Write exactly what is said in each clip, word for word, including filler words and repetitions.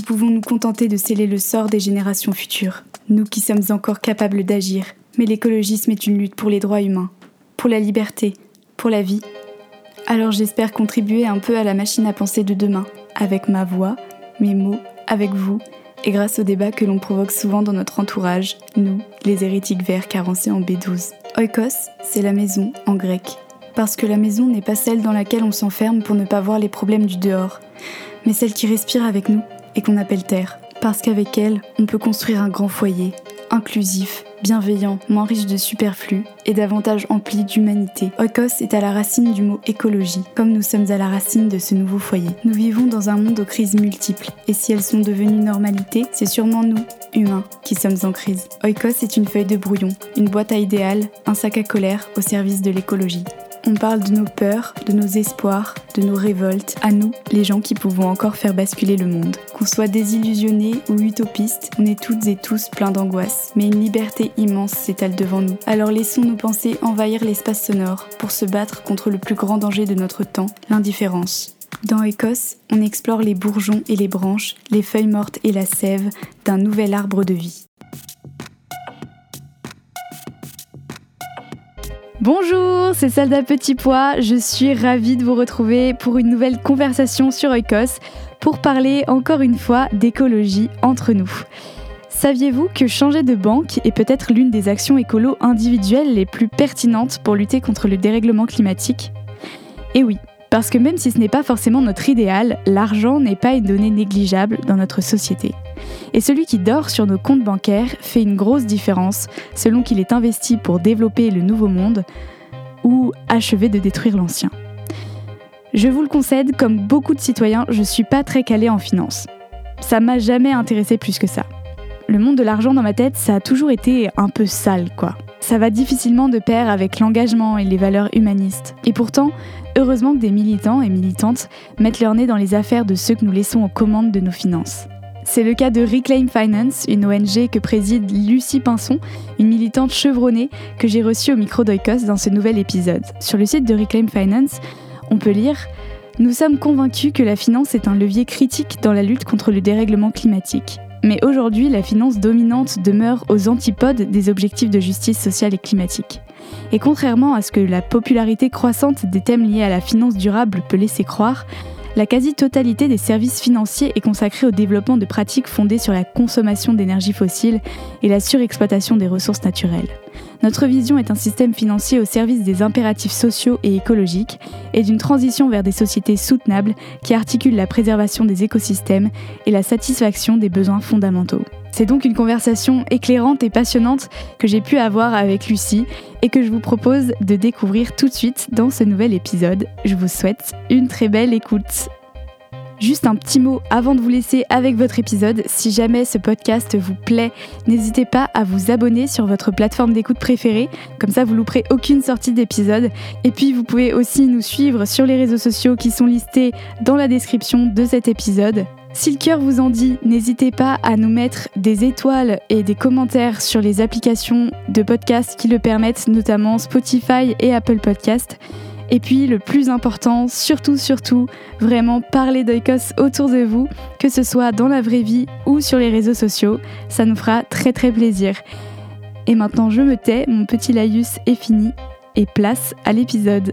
pouvons nous contenter de sceller le sort des générations futures, nous qui sommes encore capables d'agir. Mais l'écologisme est une lutte pour les droits humains, pour la liberté, pour la vie. Alors j'espère contribuer un peu à la machine à penser de demain, avec ma voix, mes mots, avec vous, et grâce au débat que l'on provoque souvent dans notre entourage, nous, les hérétiques verts carencés en B douze. Oikos, c'est la maison en grec. Parce que la maison n'est pas celle dans laquelle on s'enferme pour ne pas voir les problèmes du dehors, mais celle qui respire avec nous et qu'on appelle terre. Parce qu'avec elle, on peut construire un grand foyer, inclusif, bienveillant, moins riche de superflu et davantage empli d'humanité. Oikos est à la racine du mot écologie, comme nous sommes à la racine de ce nouveau foyer. Nous vivons dans un monde aux crises multiples, et si elles sont devenues normalité, c'est sûrement nous, humains, qui sommes en crise. Oikos est une feuille de brouillon, une boîte à idéal, un sac à colère au service de l'écologie. On parle de nos peurs, de nos espoirs, de nos révoltes, à nous, les gens qui pouvons encore faire basculer le monde. Qu'on soit désillusionnés ou utopistes, on est toutes et tous pleins d'angoisse, mais une liberté immense s'étale devant nous. Alors laissons nos pensées envahir l'espace sonore pour se battre contre le plus grand danger de notre temps, l'indifférence. Dans Oikos, on explore les bourgeons et les branches, les feuilles mortes et la sève d'un nouvel arbre de vie. Bonjour, c'est Salda Petit Pois, je suis ravie de vous retrouver pour une nouvelle conversation sur Oikos pour parler encore une fois d'écologie entre nous. Saviez-vous que changer de banque est peut-être l'une des actions écolo individuelles les plus pertinentes pour lutter contre le dérèglement climatique ? Et oui, parce que même si ce n'est pas forcément notre idéal, l'argent n'est pas une donnée négligeable dans notre société. Et celui qui dort sur nos comptes bancaires fait une grosse différence selon qu'il est investi pour développer le nouveau monde ou achever de détruire l'ancien. Je vous le concède, comme beaucoup de citoyens, je suis pas très calée en finance. Ça m'a jamais intéressé plus que ça. Le monde de l'argent dans ma tête, ça a toujours été un peu sale, quoi. Ça va difficilement de pair avec l'engagement et les valeurs humanistes. Et pourtant, heureusement que des militants et militantes mettent leur nez dans les affaires de ceux que nous laissons aux commandes de nos finances. C'est le cas de Reclaim Finance, une O N G que préside Lucie Pinson, une militante chevronnée que j'ai reçue au micro d'Oikos dans ce nouvel épisode. Sur le site de Reclaim Finance, on peut lire « Nous sommes convaincus que la finance est un levier critique dans la lutte contre le dérèglement climatique. Mais aujourd'hui, la finance dominante demeure aux antipodes des objectifs de justice sociale et climatique. Et contrairement à ce que la popularité croissante des thèmes liés à la finance durable peut laisser croire, la quasi-totalité des services financiers est consacrée au développement de pratiques fondées sur la consommation d'énergie fossile et la surexploitation des ressources naturelles. Notre vision est un système financier au service des impératifs sociaux et écologiques et d'une transition vers des sociétés soutenables qui articulent la préservation des écosystèmes et la satisfaction des besoins fondamentaux. C'est donc une conversation éclairante et passionnante que j'ai pu avoir avec Lucie et que je vous propose de découvrir tout de suite dans ce nouvel épisode. Je vous souhaite une très belle écoute. Juste un petit mot avant de vous laisser avec votre épisode. Si jamais ce podcast vous plaît, n'hésitez pas à vous abonner sur votre plateforme d'écoute préférée. Comme ça, vous louperez aucune sortie d'épisode. Et puis, vous pouvez aussi nous suivre sur les réseaux sociaux qui sont listés dans la description de cet épisode. Si le cœur vous en dit, n'hésitez pas à nous mettre des étoiles et des commentaires sur les applications de podcast qui le permettent, notamment Spotify et Apple Podcast. Et puis, le plus important, surtout, surtout, vraiment parlez d'Oikos autour de vous, que ce soit dans la vraie vie ou sur les réseaux sociaux. Ça nous fera très très plaisir. Et maintenant, je me tais, mon petit laïus est fini, et place à l'épisode.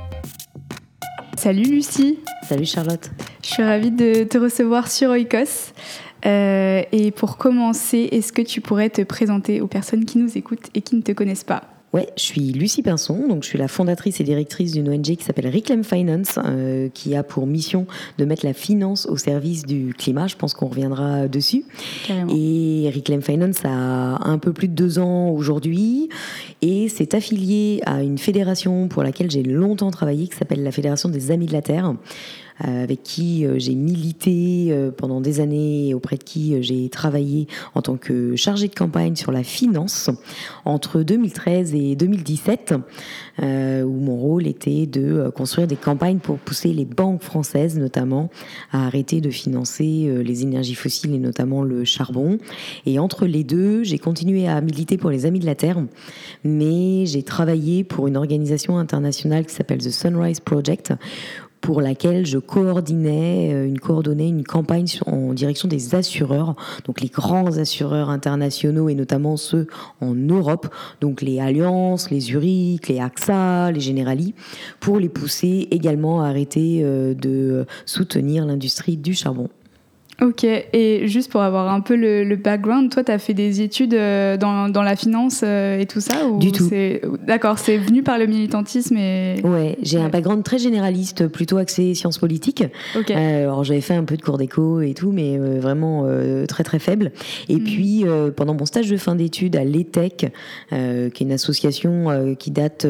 Salut Lucie. Salut Charlotte. Je suis ravie de te recevoir sur Oikos. Euh, et pour commencer, est-ce que tu pourrais te présenter aux personnes qui nous écoutent et qui ne te connaissent pas ? Ouais, je suis Lucie Pinson, donc je suis la fondatrice et directrice d'une O N G qui s'appelle Reclaim Finance, euh, qui a pour mission de mettre la finance au service du climat. Je pense qu'on reviendra dessus. Carrément. Et Reclaim Finance a un peu plus de deux ans aujourd'hui et s'est affiliée à une fédération pour laquelle j'ai longtemps travaillé, qui s'appelle la Fédération des Amis de la Terre, avec qui j'ai milité pendant des années et auprès de qui j'ai travaillé en tant que chargée de campagne sur la finance entre deux mille treize et deux mille dix-sept, où mon rôle était de construire des campagnes pour pousser les banques françaises notamment à arrêter de financer les énergies fossiles et notamment le charbon. Et entre les deux, j'ai continué à militer pour les Amis de la Terre, mais j'ai travaillé pour une organisation internationale qui s'appelle The Sunrise Project, pour laquelle je coordonnais une, coordonnais une campagne sur, en direction des assureurs, donc les grands assureurs internationaux et notamment ceux en Europe, donc les Allianz, les Zurich, les A X A, les Generali, pour les pousser également à arrêter euh, de soutenir l'industrie du charbon. Ok, et juste pour avoir un peu le, le background, toi, tu as fait des études euh, dans, dans la finance euh, et tout ça ou Du tout. C'est... D'accord, c'est venu par le militantisme et... Ouais, j'ai ouais. un background très généraliste, plutôt axé sciences politiques. Okay. Euh, alors j'avais fait un peu de cours d'éco et tout, mais euh, vraiment euh, très très faible. Et mmh. puis euh, pendant mon stage de fin d'études à l'E T E C, euh, qui est une association euh, qui date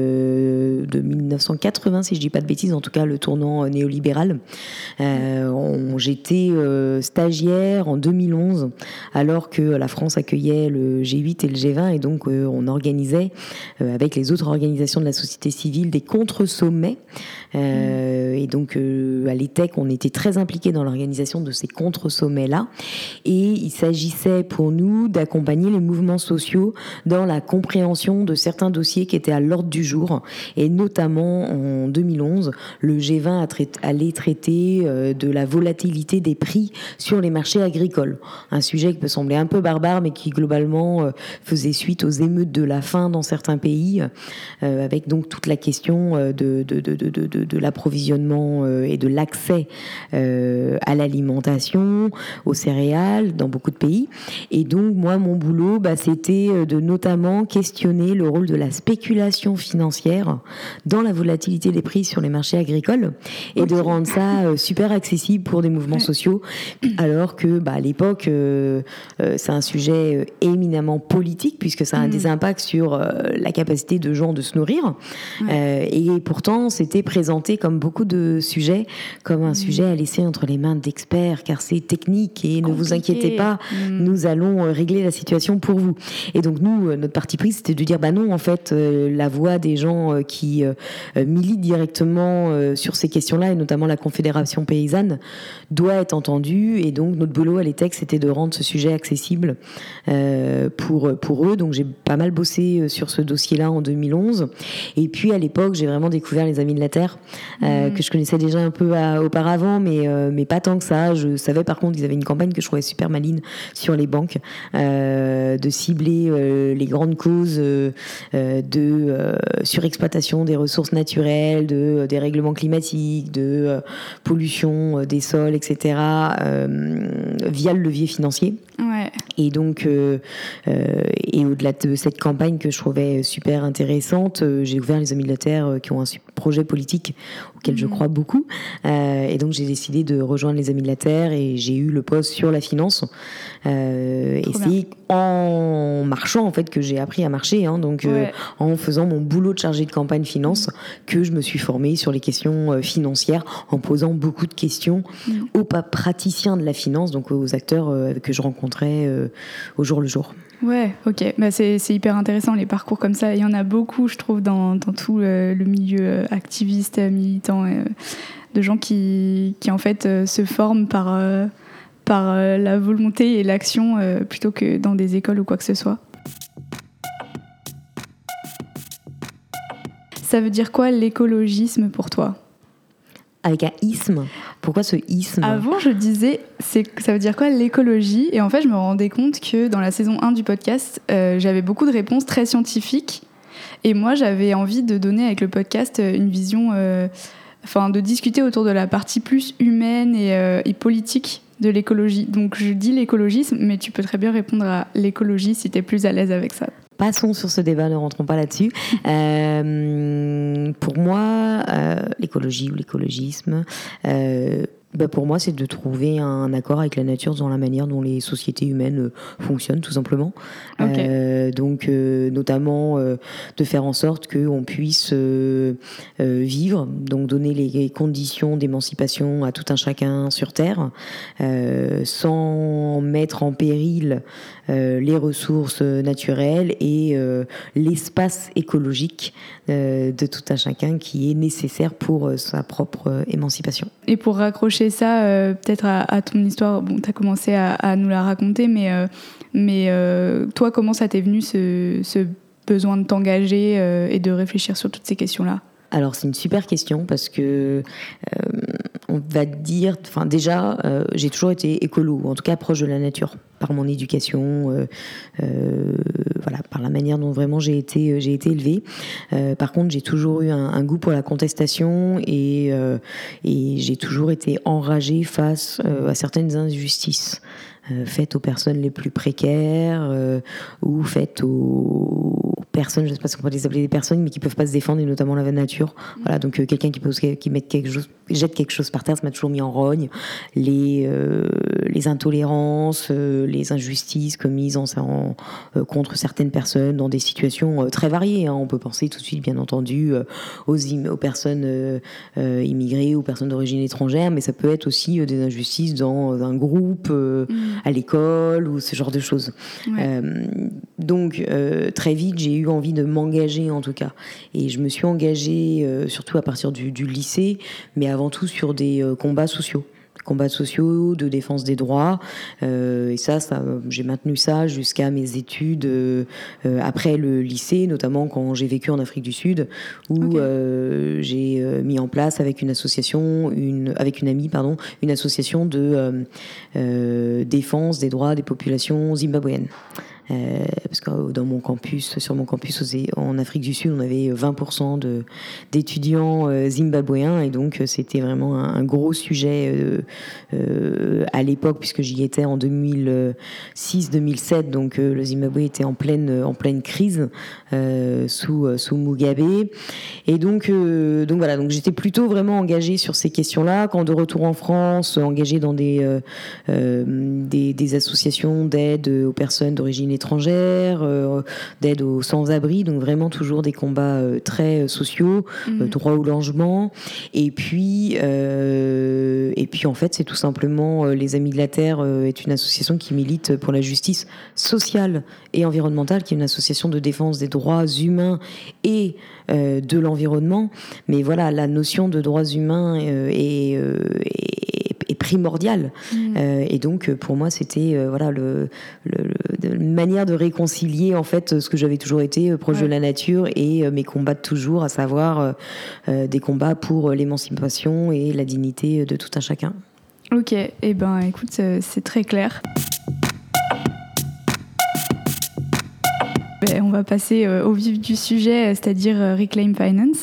euh, de dix-neuf cent quatre-vingts, si je dis pas de bêtises, en tout cas le tournant néolibéral, euh, on, j'étais euh, stagiaire en deux mille onze, alors que la France accueillait le G huit et le G vingt, et donc euh, on organisait euh, avec les autres organisations de la société civile des contre-sommets. Euh, mmh. Et donc euh, à l'E T E C, on était très impliqués dans l'organisation de ces contre-sommets-là, et il s'agissait pour nous d'accompagner les mouvements sociaux dans la compréhension de certains dossiers qui étaient à l'ordre du jour, et notamment en deux mille onze, le G vingt a traité, allait traiter euh, de la volatilité des prix sur les marchés agricoles. Un sujet qui peut sembler un peu barbare, mais qui globalement euh, faisait suite aux émeutes de la faim dans certains pays, euh, avec donc toute la question euh, de, de, de, de, de, de l'approvisionnement euh, et de l'accès euh, à l'alimentation, aux céréales, dans beaucoup de pays. Et donc, moi, mon boulot, bah, c'était de notamment questionner le rôle de la spéculation financière dans la volatilité des prix sur les marchés agricoles, et okay. de rendre ça euh, super accessible pour des mouvements ouais. sociaux, alors que bah, à l'époque, euh, euh, c'est un sujet euh, éminemment politique, puisque ça a mmh. des impacts sur euh, la capacité de gens de se nourrir. Ouais. Euh, et pourtant, c'était présenté comme beaucoup de sujets, comme un mmh. sujet à laisser entre les mains d'experts, car c'est technique, et Compliqué. Ne vous inquiétez pas, mmh. nous allons euh, régler la situation pour vous. Et donc nous, euh, notre parti pris, c'était de dire, bah non, en fait, euh, la voix des gens euh, qui euh, militent directement euh, sur ces questions-là, et notamment la Confédération paysanne, doit être entendue. Et donc notre boulot à l'E T E C, c'était de rendre ce sujet accessible euh, pour, pour eux. Donc j'ai pas mal bossé sur ce dossier-là en deux mille onze. Et puis à l'époque, j'ai vraiment découvert les Amis de la Terre, euh, mmh. que je connaissais déjà un peu à, auparavant, mais, euh, mais pas tant que ça. Je savais par contre qu'ils avaient une campagne que je trouvais super maligne sur les banques, euh, de cibler euh, les grandes causes euh, de euh, surexploitation des ressources naturelles, de euh, dérèglement climatique, de euh, pollution euh, des sols, et cetera, Euh, via le levier financier. Ouais. Et donc, euh, euh, et au-delà de cette campagne que je trouvais super intéressante, euh, j'ai ouvert les Amis de la Terre euh, qui ont un projet politique auquel mmh. je crois beaucoup. Euh, et donc, j'ai décidé de rejoindre les Amis de la Terre, et j'ai eu le poste sur la finance. Euh, et bien. C'est en marchant, en fait, que j'ai appris à marcher. Hein, donc, ouais. euh, en faisant mon boulot de chargé de campagne finance, mmh. que je me suis formée sur les questions euh, financières, en posant beaucoup de questions mmh. aux praticiens de la finance, donc aux acteurs euh, que je rencontrais euh, au jour le jour. Ouais, ok. Bah c'est, c'est hyper intéressant, les parcours comme ça. Il y en a beaucoup, je trouve, dans, dans tout le, le milieu activiste, militant, euh, de gens qui, qui en fait, euh, se forment par, euh, par euh, la volonté et l'action euh, plutôt que dans des écoles ou quoi que ce soit. Ça veut dire quoi l'écologisme pour toi ? Avec un isme. Pourquoi ce isme ? Avant, je disais, c'est, ça veut dire quoi l'écologie ? Et en fait, je me rendais compte que dans la saison un du podcast, euh, j'avais beaucoup de réponses très scientifiques. Et moi, j'avais envie de donner avec le podcast une vision, euh, enfin, de discuter autour de la partie plus humaine et, euh, et politique de l'écologie. Donc, je dis l'écologisme, mais tu peux très bien répondre à l'écologie si tu es plus à l'aise avec ça. Passons sur ce débat, ne rentrons pas là-dessus. Euh, pour moi, euh, l'écologie ou l'écologisme, euh, bah pour moi, c'est de trouver un accord avec la nature dans la manière dont les sociétés humaines fonctionnent, tout simplement. Okay. Euh, donc, euh, notamment, euh, de faire en sorte qu'on puisse euh, euh, vivre, donc donner les conditions d'émancipation à tout un chacun sur Terre, euh, sans mettre en péril euh, les ressources naturelles et euh, l'espace écologique euh, de tout un chacun qui est nécessaire pour euh, sa propre euh, émancipation. Et pour raccrocher ça, euh, peut-être à, à ton histoire, bon, tu as commencé à, à nous la raconter, mais, euh, mais euh, toi, comment ça t'est venu ce, ce besoin de t'engager euh, et de réfléchir sur toutes ces questions-là ? Alors c'est une super question parce que euh, on va dire, enfin déjà, euh, j'ai toujours été écolo, ou en tout cas proche de la nature, par mon éducation, euh, euh, voilà, par la manière dont vraiment j'ai été, j'ai été élevée. Euh, par contre, j'ai toujours eu un, un goût pour la contestation et, euh, et j'ai toujours été enragée face euh, à certaines injustices euh, faites aux personnes les plus précaires euh, ou faites aux personnes, je ne sais pas si on peut les appeler des personnes, mais qui peuvent pas se défendre, et notamment la nature. Voilà, donc euh, quelqu'un qui, pose, qui met quelque chose, jette quelque chose par terre, ça m'a toujours mis en rogne. Les, euh, les intolérances, euh, les injustices commises en, en, euh, contre certaines personnes dans des situations euh, très variées. Hein. On peut penser tout de suite, bien entendu, euh, aux, im- aux personnes euh, euh, immigrées, aux personnes d'origine étrangère, mais ça peut être aussi euh, des injustices dans un groupe, euh, mmh. à l'école, ou ce genre de choses. Ouais. Euh, donc, euh, très vite, j'ai eu envie de m'engager, en tout cas. Et je me suis engagée, euh, surtout à partir du, du lycée, mais avant tout sur des euh, combats sociaux. Combats sociaux, de défense des droits. Euh, et ça, ça, j'ai maintenu ça jusqu'à mes études euh, euh, après le lycée, notamment quand j'ai vécu en Afrique du Sud, où okay. euh, j'ai euh, mis en place avec une association, une, avec une amie, pardon, une association de euh, euh, défense des droits des populations zimbabwéennes. Euh, parce que dans mon campus, sur mon campus en Afrique du Sud, on avait vingt pour cent de, d'étudiants euh, zimbabwéens, et donc c'était vraiment un, un gros sujet euh, euh, à l'époque, puisque j'y étais en deux mille six deux mille sept, donc euh, le Zimbabwe était en pleine, en pleine crise euh, sous, sous Mugabe, et donc, euh, donc voilà, donc j'étais plutôt vraiment engagée sur ces questions-là. Quand de retour en France, engagée dans des, euh, euh, des, des associations d'aide aux personnes d'origine étrangère, euh, d'aide aux sans-abri, donc vraiment toujours des combats euh, très sociaux, mmh. euh, droit au logement, et puis euh, et puis en fait c'est tout simplement euh, les Amis de la Terre euh, est une association qui milite pour la justice sociale et environnementale, qui est une association de défense des droits humains et euh, de l'environnement. Mais voilà, la notion de droits humains euh, est, euh, est, est primordiale, mmh. euh, et donc pour moi c'était euh, voilà le, le, le une manière de réconcilier en fait ce que j'avais toujours été, proche ouais. de la nature, et euh, mes combats de toujours, à savoir euh, des combats pour l'émancipation et la dignité de tout un chacun. Ok, et eh ben écoute, c'est, c'est très clair. Ben, on va passer euh, au vif du sujet, c'est-à-dire euh, Reclaim Finance.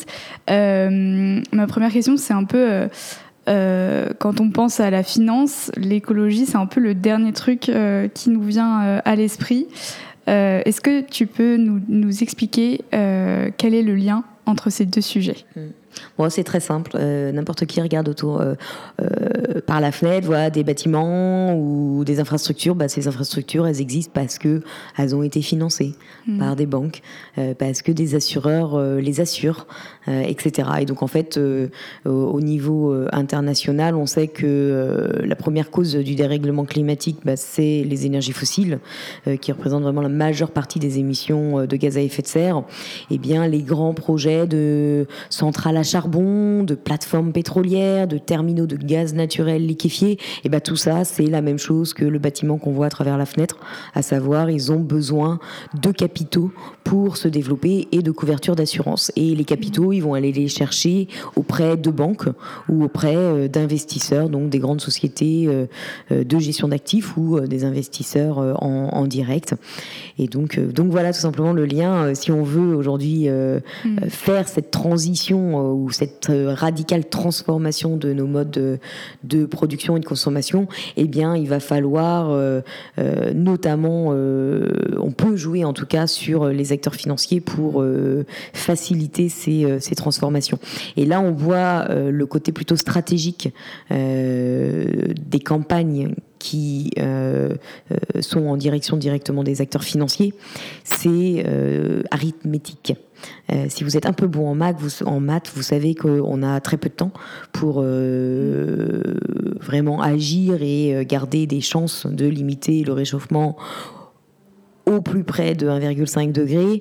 Euh, ma première question, c'est un peu... Euh, Euh, quand on pense à la finance, l'écologie, c'est un peu le dernier truc euh, qui nous vient euh, à l'esprit. Euh, est-ce que tu peux nous, nous expliquer euh, quel est le lien entre ces deux sujets ? Bon, c'est très simple. Euh, n'importe qui regarde autour euh, euh, par la fenêtre, voit des bâtiments ou des infrastructures. Bah, ces infrastructures, elles existent parce que elles ont été financées mmh. par des banques, euh, parce que des assureurs euh, les assurent, euh, et cetera. Et donc, en fait, euh, au niveau euh, international, on sait que euh, la première cause du dérèglement climatique, bah, c'est les énergies fossiles, euh, qui représentent vraiment la majeure partie des émissions de gaz à effet de serre. Eh bien, les grands projets de centrales à charbon, de plateformes pétrolières, de terminaux de gaz naturel liquéfié, et ben tout ça, c'est la même chose que le bâtiment qu'on voit à travers la fenêtre, à savoir, ils ont besoin de capitaux pour se développer et de couverture d'assurance. Et les capitaux, ils vont aller les chercher auprès de banques ou auprès d'investisseurs, donc des grandes sociétés de gestion d'actifs ou des investisseurs en, en direct. Et donc, donc voilà tout simplement le lien. Si on veut aujourd'hui euh, mmh. faire cette transition euh, ou cette euh, radicale transformation de nos modes de, de production et de consommation, eh bien, il va falloir euh, euh, notamment, euh, on peut jouer en tout cas sur les acteurs financiers pour euh, faciliter ces, euh, ces transformations. Et là, on voit euh, le côté plutôt stratégique euh, des campagnes qui euh, euh, sont en direction directement des acteurs financiers. C'est euh, arithmétique. Euh, si vous êtes un peu bon en maths, vous, en maths, vous savez qu'on a très peu de temps pour euh, vraiment agir et garder des chances de limiter le réchauffement au plus près de un virgule cinq degré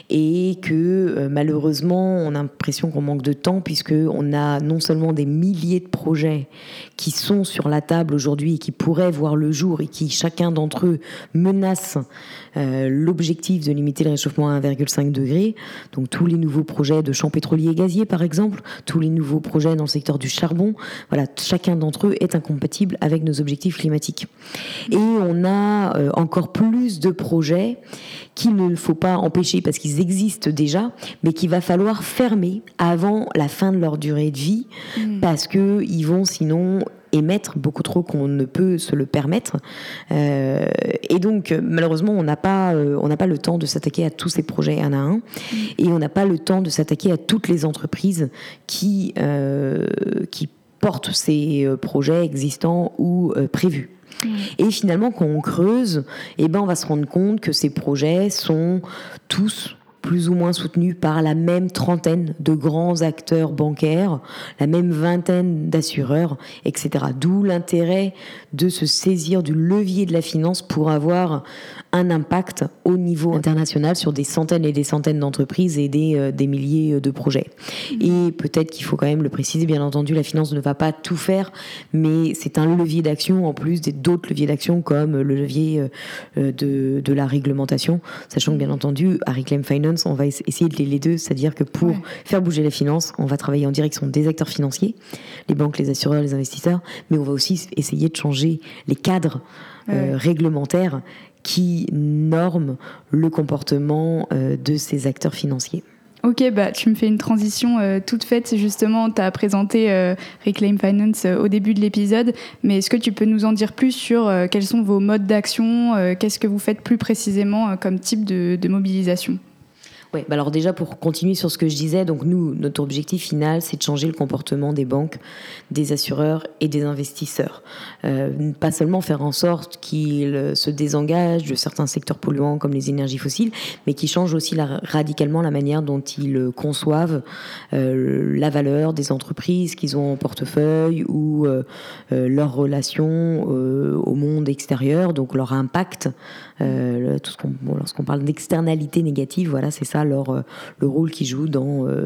et que euh, malheureusement on a l'impression qu'on manque de temps puisqu'on a non seulement des milliers de projets qui sont sur la table aujourd'hui et qui pourraient voir le jour et qui chacun d'entre eux menace euh, l'objectif de limiter le réchauffement à un virgule cinq degré. Donc tous les nouveaux projets de champs pétroliers et gaziers par exemple, tous les nouveaux projets dans le secteur du charbon, voilà, chacun d'entre eux est incompatible avec nos objectifs climatiques. Et on a euh, encore plus de projets qu'il ne faut pas empêcher parce qu'ils existent déjà, mais qu'il va falloir fermer avant la fin de leur durée de vie, mmh. parce qu'ils vont sinon émettre beaucoup trop qu'on ne peut se le permettre. Euh, et donc, malheureusement, on n'a pas, euh, on n'a pas le temps de s'attaquer à tous ces projets un à un, mmh. et on n'a pas le temps de s'attaquer à toutes les entreprises qui, euh, qui portent ces projets existants ou euh, prévus. Et finalement, quand on creuse, eh ben, on va se rendre compte que ces projets sont tous plus ou moins soutenus par la même trentaine de grands acteurs bancaires, la même vingtaine d'assureurs, et cetera. D'où l'intérêt de se saisir du levier de la finance pour avoir un impact au niveau international sur des centaines et des centaines d'entreprises et des, euh, des milliers de projets. Mmh. Et peut-être qu'il faut quand même le préciser, bien entendu, la finance ne va pas tout faire, mais c'est un levier d'action en plus d'autres leviers d'action comme le levier euh, de, de la réglementation, sachant que bien entendu, à Reclaim Finance, on va essayer de lier les deux, c'est-à-dire que pour ouais. faire bouger la finance, on va travailler en direction des acteurs financiers, les banques, les assureurs, les investisseurs, mais on va aussi essayer de changer les cadres ouais. euh, réglementaires qui norment le comportement euh, de ces acteurs financiers. Ok, bah, tu me fais une transition euh, toute faite. Justement, tu as présenté euh, Reclaim Finance euh, au début de l'épisode, mais est-ce que tu peux nous en dire plus sur euh, quels sont vos modes d'action, euh, qu'est-ce que vous faites plus précisément euh, comme type de, de mobilisation ? Ouais, bah alors déjà pour continuer sur ce que je disais, donc nous, notre objectif final, c'est de changer le comportement des banques, des assureurs et des investisseurs. Euh, pas seulement faire en sorte qu'ils se désengagent de certains secteurs polluants comme les énergies fossiles, mais qu'ils changent aussi la, radicalement la manière dont ils conçoivent euh, la valeur des entreprises qu'ils ont en portefeuille ou euh, euh, leurs relations euh, au monde extérieur, donc leur impact. Euh, tout ce qu'on, bon, lorsqu'on parle d'externalité négative, voilà, c'est ça leur, euh, le rôle qu'ils jouent dans, euh,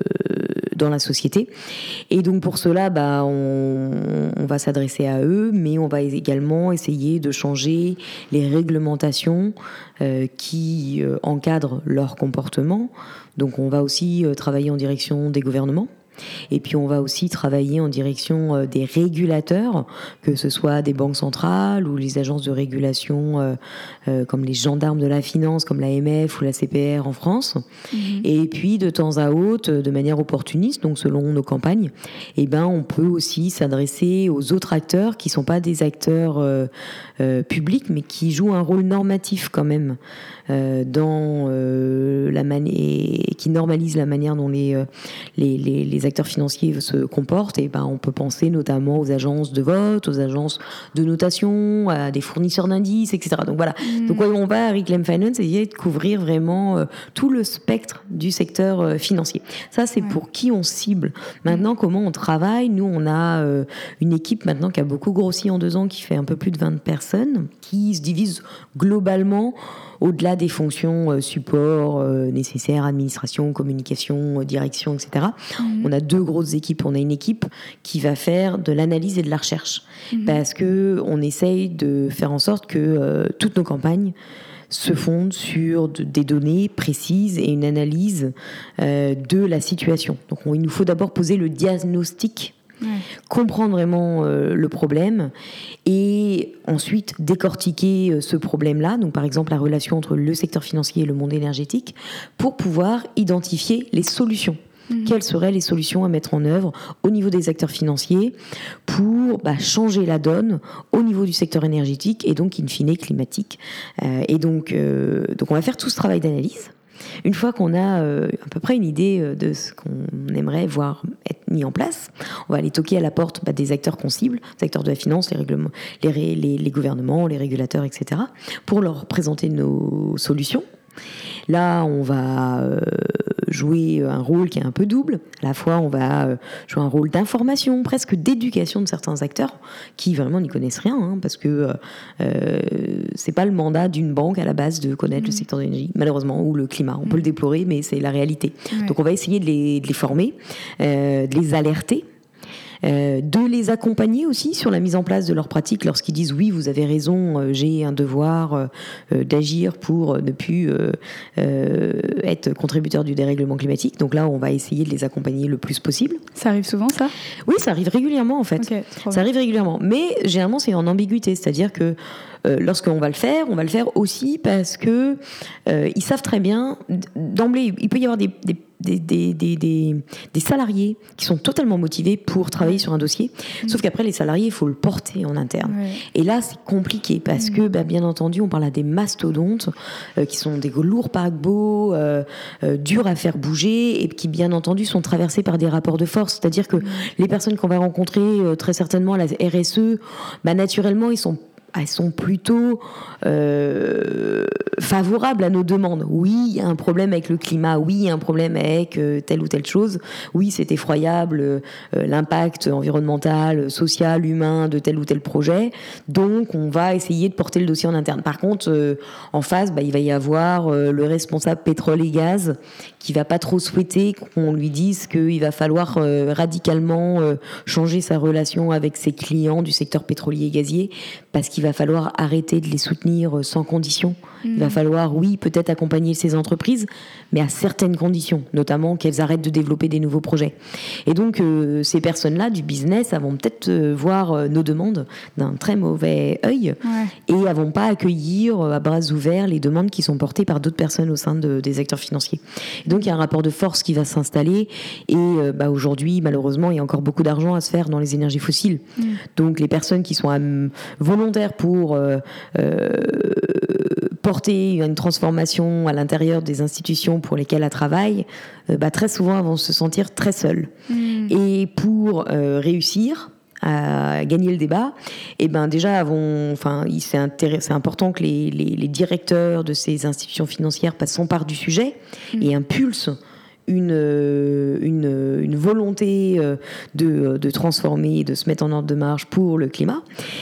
dans la société. Et donc pour cela, bah, on, on va s'adresser à eux, mais on va également essayer de changer les réglementations euh, qui euh, encadrent leur comportement. Donc on va aussi euh, travailler en direction des gouvernements. Et puis on va aussi travailler en direction des régulateurs, que ce soit des banques centrales ou les agences de régulation euh, euh, comme les gendarmes de la finance, comme l'A M F ou la C P R en France. Mmh. Et puis de temps à autre, de manière opportuniste, donc selon nos campagnes, eh ben, on peut aussi s'adresser aux autres acteurs qui ne sont pas des acteurs euh, euh, publics, mais qui jouent un rôle normatif quand même euh, dans euh, la manière, qui normalisent la manière dont les, euh, les, les, les acteurs financiers se comportent. Et ben, on peut penser notamment aux agences de vote, aux agences de notation, à des fournisseurs d'indices, et cetera. Donc voilà. Mmh. Donc on va à Reclaim Finance essayer de couvrir vraiment euh, tout le spectre du secteur euh, financier. Ça, c'est ouais. pour qui on cible. Maintenant, mmh. comment on travaille ? Nous, on a euh, une équipe maintenant qui a beaucoup grossi en deux ans, qui fait un peu plus de vingt personnes, qui se divise globalement au-delà des fonctions euh, support euh, nécessaires, administration, communication, euh, direction, et cetera. Mmh. On a deux grosses équipes. On a une équipe qui va faire de l'analyse et de la recherche, mmh. parce que on essaye de faire en sorte que euh, toutes nos campagnes se fondent sur de, des données précises et une analyse euh, de la situation. Donc, on, il nous faut d'abord poser le diagnostic. Ouais. Comprendre vraiment euh, le problème et ensuite décortiquer euh, ce problème-là, donc par exemple la relation entre le secteur financier et le monde énergétique, pour pouvoir identifier les solutions. Mmh. Quelles seraient les solutions à mettre en œuvre au niveau des acteurs financiers pour bah, changer la donne au niveau du secteur énergétique et donc in fine climatique. Euh, et donc, euh, donc on va faire tout ce travail d'analyse. Une fois qu'on a euh, à peu près une idée de ce qu'on aimerait voir être mis en place, on va aller toquer à la porte bah, des acteurs qu'on cible, les acteurs de la finance, les, règlements, les, les, les gouvernements, les régulateurs, et cetera, pour leur présenter nos solutions. Là, on va euh, jouer un rôle qui est un peu double. À la fois, on va euh, jouer un rôle d'information, presque d'éducation de certains acteurs qui vraiment n'y connaissent rien, hein, parce que euh, c'est pas le mandat d'une banque à la base de connaître mmh. le secteur de l'énergie, malheureusement, ou le climat. On mmh. peut le déplorer, mais c'est la réalité. Ouais. Donc, on va essayer de les, de les former, euh, de les alerter. Euh, de les accompagner aussi sur la mise en place de leurs pratiques lorsqu'ils disent oui, vous avez raison, euh, j'ai un devoir euh, d'agir pour ne plus euh, euh, être contributeur du dérèglement climatique. Donc là, on va essayer de les accompagner le plus possible. Ça arrive souvent, ça ? Oui, ça arrive régulièrement en fait. Okay, ça arrive régulièrement, mais généralement c'est en ambiguïté, c'est-à-dire que Euh, lorsqu'on va le faire, on va le faire aussi parce que euh, ils savent très bien, d'emblée, il peut y avoir des, des, des, des, des, des, des salariés qui sont totalement motivés pour travailler sur un dossier, mmh. sauf qu'après, les salariés, il faut le porter en interne. Ouais. Et là, c'est compliqué parce mmh. que, bah, bien entendu, on parle à des mastodontes euh, qui sont des lourds paquebots, euh, euh, durs à faire bouger et qui, bien entendu, sont traversés par des rapports de force. C'est-à-dire que mmh. les personnes qu'on va rencontrer, euh, très certainement à la R S E, bah, naturellement, ils sont elles sont plutôt euh, favorables à nos demandes. Oui, il y a un problème avec le climat. Oui, il y a un problème avec euh, telle ou telle chose. Oui, c'est effroyable euh, l'impact environnemental, social, humain de tel ou tel projet. Donc, on va essayer de porter le dossier en interne. Par contre, euh, en face, bah, il va y avoir euh, le responsable pétrole et gaz qui va pas trop souhaiter qu'on lui dise qu'il va falloir euh, radicalement euh, changer sa relation avec ses clients du secteur pétrolier et gazier parce qu'il va falloir arrêter de les soutenir sans condition. Mmh. Il va falloir, oui, peut-être accompagner ces entreprises, mais à certaines conditions, notamment qu'elles arrêtent de développer des nouveaux projets. Et donc, euh, ces personnes-là du business elles vont peut-être euh, voir euh, nos demandes d'un très mauvais œil ouais. et elles vont pas accueillir euh, à bras ouverts les demandes qui sont portées par d'autres personnes au sein de, des acteurs financiers. Et donc, il y a un rapport de force qui va s'installer et euh, bah, aujourd'hui, malheureusement, il y a encore beaucoup d'argent à se faire dans les énergies fossiles. Mmh. Donc, les personnes qui sont euh, volontaires pour euh, euh, porter une transformation à l'intérieur des institutions pour lesquelles elles travaillent, euh, bah, très souvent elles vont se sentir très seules. Mmh. Et pour euh, réussir à gagner le débat, et ben déjà avons, enfin, c'est, intéress- c'est important que les, les, les directeurs de ces institutions financières passent s'emparent du sujet mmh. et impulsent Une, une, une volonté de, de transformer, de se mettre en ordre de marche pour le climat.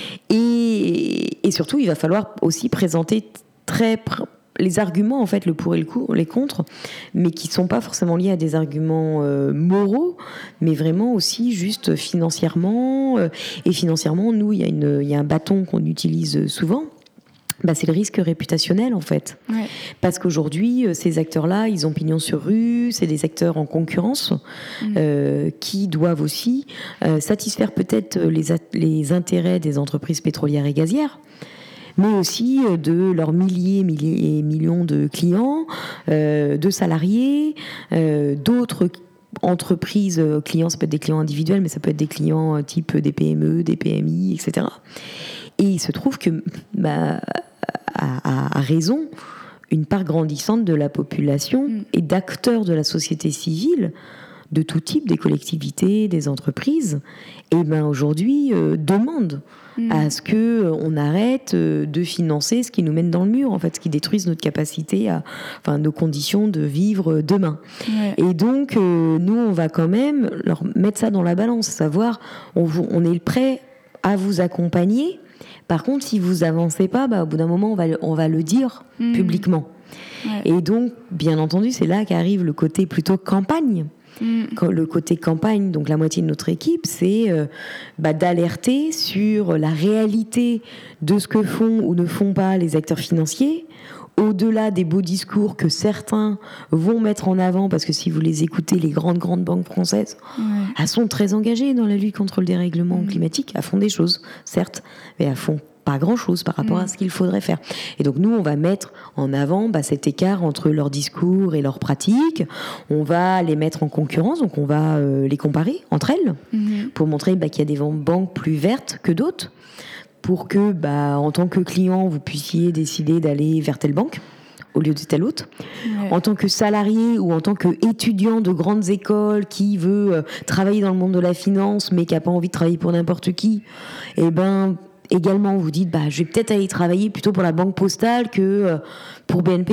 Et, et surtout, il va falloir aussi présenter très pr- les arguments, en fait, le pour et le contre, les contre, mais qui ne sont pas forcément liés à des arguments euh, moraux, mais vraiment aussi juste financièrement. Euh, et financièrement, nous, il y a une, il y a un bâton qu'on utilise souvent. Bah, c'est le risque réputationnel en fait, ouais. parce qu'aujourd'hui ces acteurs-là, ils ont pignon sur rue, c'est des acteurs en concurrence mmh. euh, qui doivent aussi euh, satisfaire peut-être les, a- les intérêts des entreprises pétrolières et gazières, mais aussi de leurs milliers, milliers et millions de clients, euh, de salariés, euh, d'autres entreprises, clients, ça peut être des clients individuels, mais ça peut être des clients type des P M E, des P M I, et cetera. Et il se trouve que, bah, à, à, à raison, une part grandissante de la population mmh. et d'acteurs de la société civile, de tout type, des collectivités, des entreprises, et ben aujourd'hui euh, demandent mmh. à ce que on arrête euh, de financer ce qui nous mène dans le mur, en fait, ce qui détruise notre capacité, à, enfin nos conditions de vivre demain. Ouais. Et donc euh, nous, on va quand même leur mettre ça dans la balance, savoir, on, on est prêt à vous accompagner. Par contre, si vous avancez pas, bah, au bout d'un moment, on va, on va le dire mmh. publiquement. Ouais. Et donc, bien entendu, c'est là qu'arrive le côté plutôt campagne. Mmh. Le côté campagne, donc la moitié de notre équipe, c'est euh, bah, d'alerter sur la réalité de ce que font ou ne font pas les acteurs financiers, au-delà des beaux discours que certains vont mettre en avant, parce que si vous les écoutez, les grandes, grandes banques françaises, ouais. elles sont très engagées dans la lutte contre le dérèglement mmh. climatique, elles font des choses, certes, mais elles font pas grand-chose par rapport mmh. à ce qu'il faudrait faire. Et donc nous, on va mettre en avant bah, cet écart entre leurs discours et leurs pratiques. On va les mettre en concurrence, donc on va euh, les comparer entre elles mmh. pour montrer bah, qu'il y a des banques plus vertes que d'autres, pour que, bah, en tant que client, vous puissiez décider d'aller vers telle banque au lieu de telle autre. Ouais. En tant que salarié ou en tant qu'étudiant de grandes écoles qui veut euh, travailler dans le monde de la finance, mais qui n'a pas envie de travailler pour n'importe qui, eh ben, également, vous dites, bah, je vais peut-être aller travailler plutôt pour la Banque Postale que euh, pour B N P, quoi.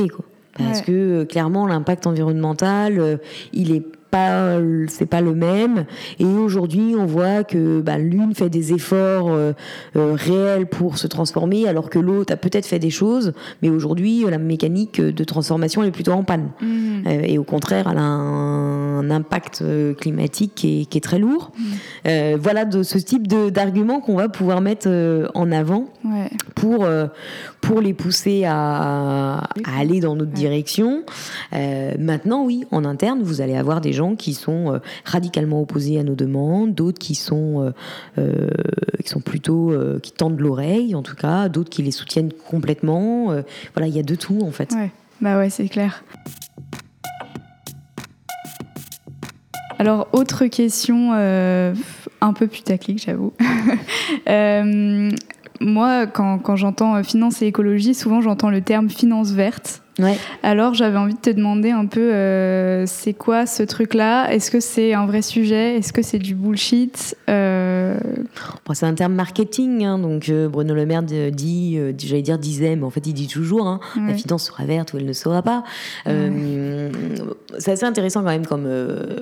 Parce ouais. que euh, clairement, l'impact environnemental, euh, il est pas, c'est pas le même. Et aujourd'hui, on voit que bah, l'une fait des efforts euh, euh, réels pour se transformer, alors que l'autre a peut-être fait des choses, mais aujourd'hui, la mécanique de transformation elle est plutôt en panne. Mmh. Euh, et au contraire, elle a un, un impact climatique qui est, qui est très lourd. Mmh. Euh, voilà de ce type de, d'arguments qu'on va pouvoir mettre euh, en avant ouais. pour, euh, pour les pousser à, à aller dans notre ouais. direction. Euh, maintenant, oui, en interne, vous allez avoir des gens qui sont euh, radicalement opposés à nos demandes, d'autres qui sont, euh, euh, qui sont plutôt, euh, qui tendent l'oreille, en tout cas, d'autres qui les soutiennent complètement. Euh, voilà, il y a de tout, en fait. Ouais, bah ouais, c'est clair. Alors, autre question euh, un peu putaclic, j'avoue. euh, moi, quand, quand j'entends finance et écologie, souvent j'entends le terme finance verte. Ouais. Alors, j'avais envie de te demander un peu, euh, c'est quoi ce truc-là ? Est-ce que c'est un vrai sujet ? Est-ce que c'est du bullshit ? euh... bon, C'est un terme marketing, hein, donc euh, Bruno Le Maire dit, euh, j'allais dire disait, mais en fait il dit toujours, hein, ouais. la finance sera verte ou elle ne sera pas. Euh, ouais. C'est assez intéressant quand même comme, euh,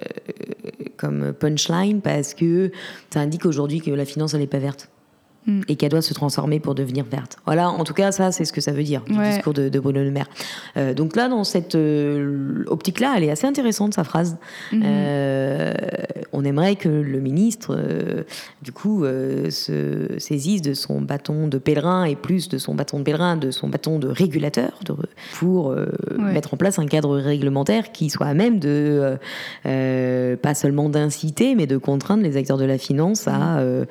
comme punchline, parce que ça indique aujourd'hui que la finance elle n'est pas verte. Et qu'elle doit se transformer pour devenir verte. Voilà, en tout cas, ça, c'est ce que ça veut dire, du ouais. discours de, de Bruno Le Maire. Euh, donc là, dans cette euh, optique-là, elle est assez intéressante, sa phrase. Mm-hmm. Euh, on aimerait que le ministre, euh, du coup, euh, se saisisse de son bâton de pèlerin, et plus de son bâton de pèlerin, de son bâton de régulateur, de, pour euh, ouais. mettre en place un cadre réglementaire qui soit à même de, euh, pas seulement d'inciter, mais de contraindre les acteurs de la finance à, euh,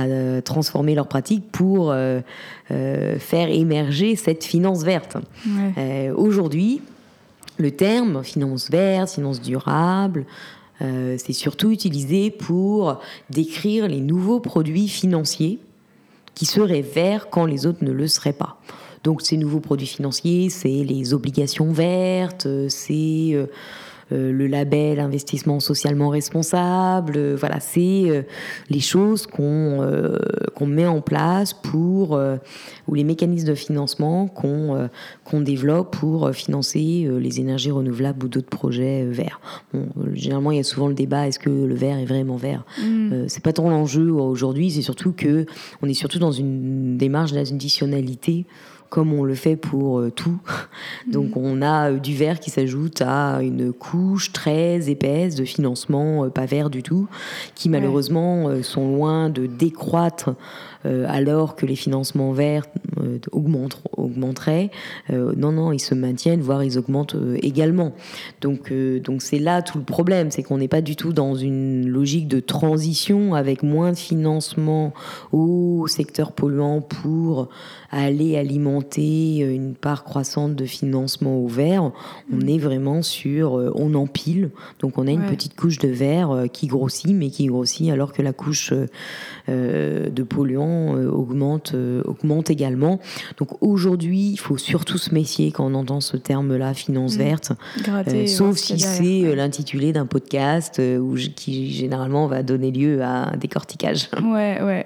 à transformer leurs pratiques pour euh, euh, faire émerger cette finance verte. Ouais. Euh, aujourd'hui, le terme finance verte, finance durable, euh, c'est surtout utilisé pour décrire les nouveaux produits financiers qui seraient verts quand les autres ne le seraient pas. Donc ces nouveaux produits financiers, c'est les obligations vertes, c'est... Euh, Euh, le label investissement socialement responsable, euh, voilà, c'est euh, les choses qu'on, euh, qu'on met en place pour, euh, ou les mécanismes de financement qu'on, euh, qu'on développe pour financer euh, les énergies renouvelables ou d'autres projets euh, verts. Bon, euh, généralement, il y a souvent le débat, est-ce que le vert est vraiment vert ? mmh. euh, C'est pas tant l'enjeu aujourd'hui, c'est surtout que on est surtout dans une démarche d'additionnalité, comme on le fait pour euh, tout. Donc mmh. on a euh, du vert qui s'ajoute à une couche très épaisse de financement euh, pas vert du tout, qui malheureusement ouais. euh, sont loin de décroître euh, alors que les financements verts euh, augmentent, augmenteraient. Euh, non, non, ils se maintiennent, voire ils augmentent euh, également. Donc, euh, donc c'est là tout le problème, c'est qu'on n'est pas du tout dans une logique de transition avec moins de financement au secteur polluant pour aller alimenter une part croissante de financement au vert. On est vraiment sur... Euh, on empile. Donc on a une ouais. petite couche de vert euh, qui grossit, mais qui grossit alors que la couche euh, de polluants euh, augmente, euh, augmente également. Donc aujourd'hui, il faut surtout se méfier quand on entend ce terme-là, finance mmh. verte. Gratter, euh, sauf si derrière, c'est ouais. l'intitulé d'un podcast euh, où, qui généralement va donner lieu à un décortiquage. Ouais, ouais.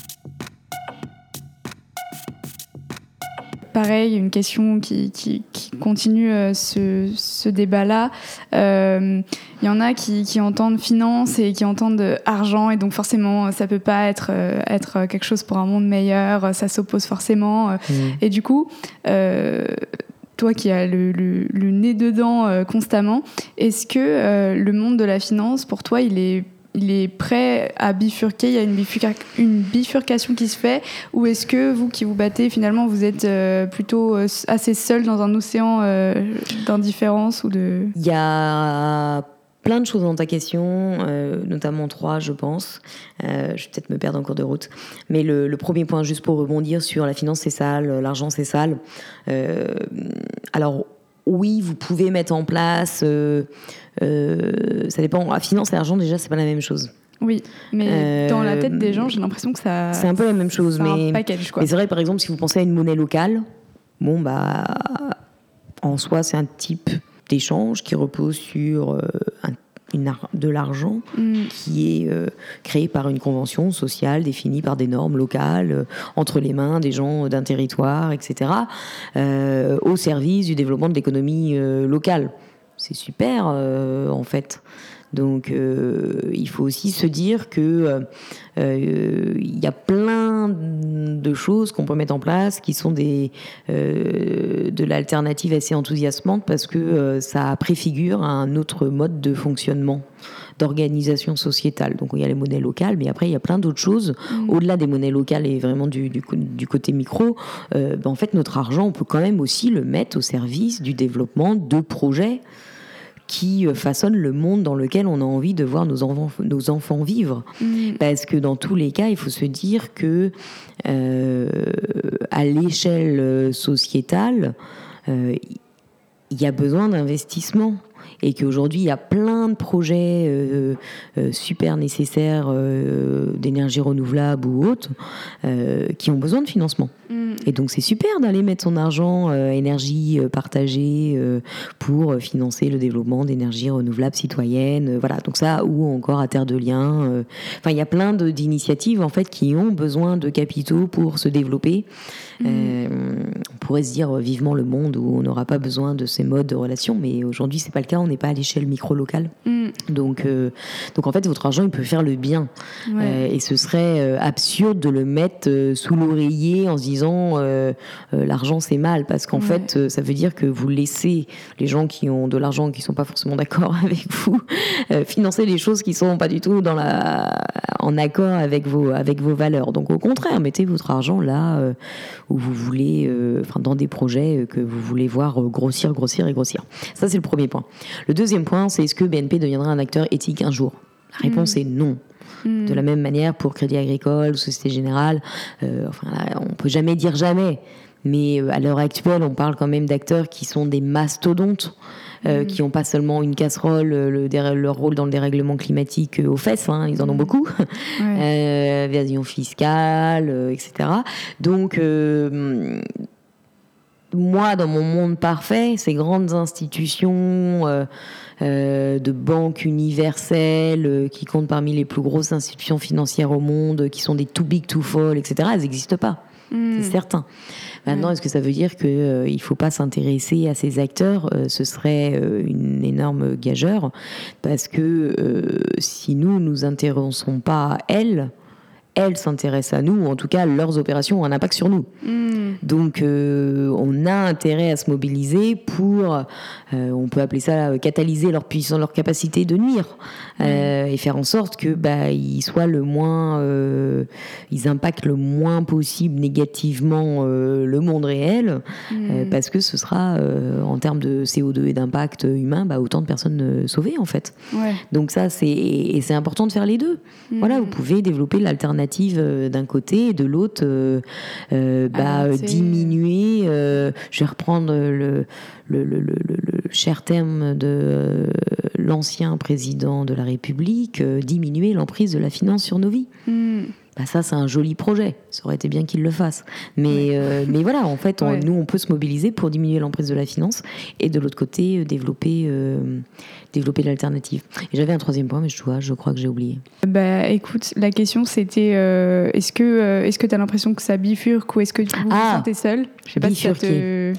Pareil, une question qui, qui, qui continue euh, ce, ce débat-là. Il euh, y en a qui, qui entendent finance et qui entendent argent, et donc forcément, ça peut pas être, euh, être quelque chose pour un monde meilleur, ça s'oppose forcément. Mmh. Et du coup, euh, toi qui as le, le, le nez dedans euh, constamment, est-ce que euh, le monde de la finance, pour toi, il est il est prêt à bifurquer, il y a une, bifurca- une bifurcation qui se fait, ou est-ce que vous qui vous battez, finalement, vous êtes euh, plutôt euh, assez seul dans un océan euh, d'indifférence ou de... Il y a plein de choses dans ta question, euh, notamment trois, je pense. Euh, je vais peut-être me perdre en cours de route. Mais le, le premier point, juste pour rebondir sur la finance, c'est sale, l'argent, c'est sale. Euh, alors, oui, vous pouvez mettre en place... Euh, Euh, ça dépend. La finance et l'argent, déjà, c'est pas la même chose. Oui, mais euh, dans la tête des gens, j'ai l'impression que ça. C'est un peu la même chose, c'est mais. un package, quoi. Mais c'est vrai, par exemple, si vous pensez à une monnaie locale, bon, bah, en soi, c'est un type d'échange qui repose sur euh, un, une ar- de l'argent mmh. qui est euh, créé par une convention sociale définie par des normes locales euh, entre les mains des gens d'un territoire, et cetera, euh, au service du développement de l'économie euh, locale. C'est super, euh, en fait. Donc, euh, il faut aussi se dire que euh, euh, y a plein de choses qu'on peut mettre en place qui sont des, euh, de l'alternative assez enthousiasmante parce que euh, ça préfigure un autre mode de fonctionnement, d'organisation sociétale. Donc, il y a les monnaies locales, mais après, il y a plein d'autres choses. Mmh. Au-delà des monnaies locales et vraiment du, du, du côté micro, euh, ben, en fait, notre argent, on peut quand même aussi le mettre au service du développement de projets qui façonne le monde dans lequel on a envie de voir nos enfants, nos enfants vivre. Mmh. Parce que dans tous les cas, il faut se dire que euh, à l'échelle sociétale, euh, il y a besoin d'investissement. Et qu'aujourd'hui, il y a plein de projets euh, euh, super nécessaires euh, d'énergie renouvelable ou autres euh, qui ont besoin de financement. Mmh. Et donc, c'est super d'aller mettre son argent euh, énergie partagée euh, pour financer le développement d'énergie renouvelable citoyenne. Euh, voilà, donc ça, ou encore à Terre de Liens. Euh, enfin, il y a plein de, d'initiatives en fait, qui ont besoin de capitaux pour se développer. Mmh. Euh, on pourrait se dire vivement le monde où on n'aura pas besoin de ces modes de relation, mais aujourd'hui, c'est pas le cas. On n'est pas à l'échelle micro-locale. Mmh. Donc, euh, donc, en fait, votre argent, il peut faire le bien. Ouais. Euh, et ce serait euh, absurde de le mettre euh, sous l'oreiller en se disant euh, euh, l'argent, c'est mal. Parce qu'en ouais. fait, euh, ça veut dire que vous laissez les gens qui ont de l'argent, qui ne sont pas forcément d'accord avec vous, euh, financer les choses qui ne sont pas du tout dans la, en accord avec vos, avec vos valeurs. Donc, au contraire, mettez votre argent là euh, où vous voulez, euh, enfin, dans des projets que vous voulez voir grossir, grossir et grossir. Ça, c'est le premier point. Le deuxième point, c'est est-ce que B N P deviendra un acteur éthique un jour ? La réponse mmh. est non. Mmh. De la même manière, pour Crédit Agricole, Société Générale, euh, enfin, là, on ne peut jamais dire jamais. Mais à l'heure actuelle, on parle quand même d'acteurs qui sont des mastodontes, euh, mmh. qui n'ont pas seulement une casserole, le, leur rôle dans le dérèglement climatique aux fesses, hein, ils en ont mmh. beaucoup, ouais. euh, évasion fiscale, euh, et cetera. Donc, euh, moi, dans mon monde parfait, ces grandes institutions euh, euh, de banques universelles euh, qui comptent parmi les plus grosses institutions financières au monde, qui sont des too big to fall, et cetera, elles n'existent pas. Mmh. C'est certain. Maintenant, mmh. est-ce que ça veut dire qu'il euh, ne faut pas s'intéresser à ces acteurs ? euh, Ce serait euh, une énorme gageure, parce que euh, si nous ne nous intéressons pas à elles, elles s'intéressent à nous, ou en tout cas leurs opérations ont un impact sur nous. Mmh. Donc euh, on a intérêt à se mobiliser pour, euh, on peut appeler ça catalyser leur puissance, leur capacité de nuire, mmh. euh, et faire en sorte que bah, ils soient le moins, euh, ils impactent le moins possible négativement euh, le monde réel, mmh. euh, parce que ce sera euh, en termes de C O deux et d'impact humain, bah, autant de personnes sauvées en fait. Ouais. Donc ça c'est, et c'est important de faire les deux. Mmh. Voilà, vous pouvez développer l'alternative d'un côté et de l'autre euh, euh, bah, Alors, diminuer, euh, je vais reprendre le, le, le, le, le cher terme de euh, l'ancien président de la République, euh, diminuer l'emprise de la finance sur nos vies. Mm. Bah ça, c'est un joli projet. Ça aurait été bien qu'il le fasse. Mais, ouais. euh, mais voilà, en fait, on, ouais. nous, on peut se mobiliser pour diminuer l'emprise de la finance et de l'autre côté, euh, développer, euh, développer l'alternative. Et j'avais un troisième point, mais je, vois, je crois que j'ai oublié. Bah, écoute, la question, c'était euh, est-ce que euh, est-ce que tu as l'impression que ça bifurque ou est-ce que vous ah, vous sentez seul ? Je sais pas si ça te...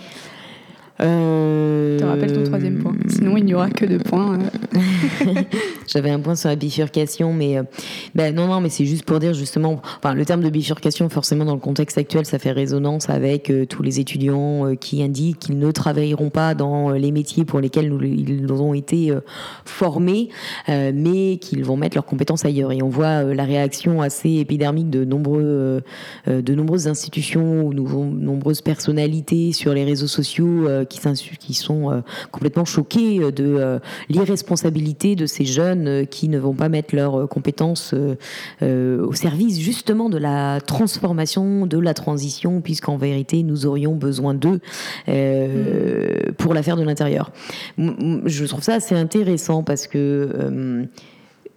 Euh... Je te rappelle ton troisième point. Sinon, il n'y aura que deux points. J'avais un point sur la bifurcation, mais euh, ben non, non, mais c'est juste pour dire justement. Enfin, le terme de bifurcation, forcément, dans le contexte actuel, ça fait résonance avec euh, tous les étudiants euh, qui indiquent qu'ils ne travailleront pas dans euh, les métiers pour lesquels nous, ils ont été euh, formés, euh, mais qu'ils vont mettre leurs compétences ailleurs. Et on voit euh, la réaction assez épidermique de nombreux, euh, de nombreuses institutions ou de nombreuses personnalités sur les réseaux sociaux. Euh, Qui, qui sont euh, complètement choqués de euh, l'irresponsabilité de ces jeunes euh, qui ne vont pas mettre leurs euh, compétences euh, euh, au service justement de la transformation, de la transition, puisqu'en vérité nous aurions besoin d'eux euh, mmh. pour la faire de l'intérieur. Je trouve ça assez intéressant parce que euh,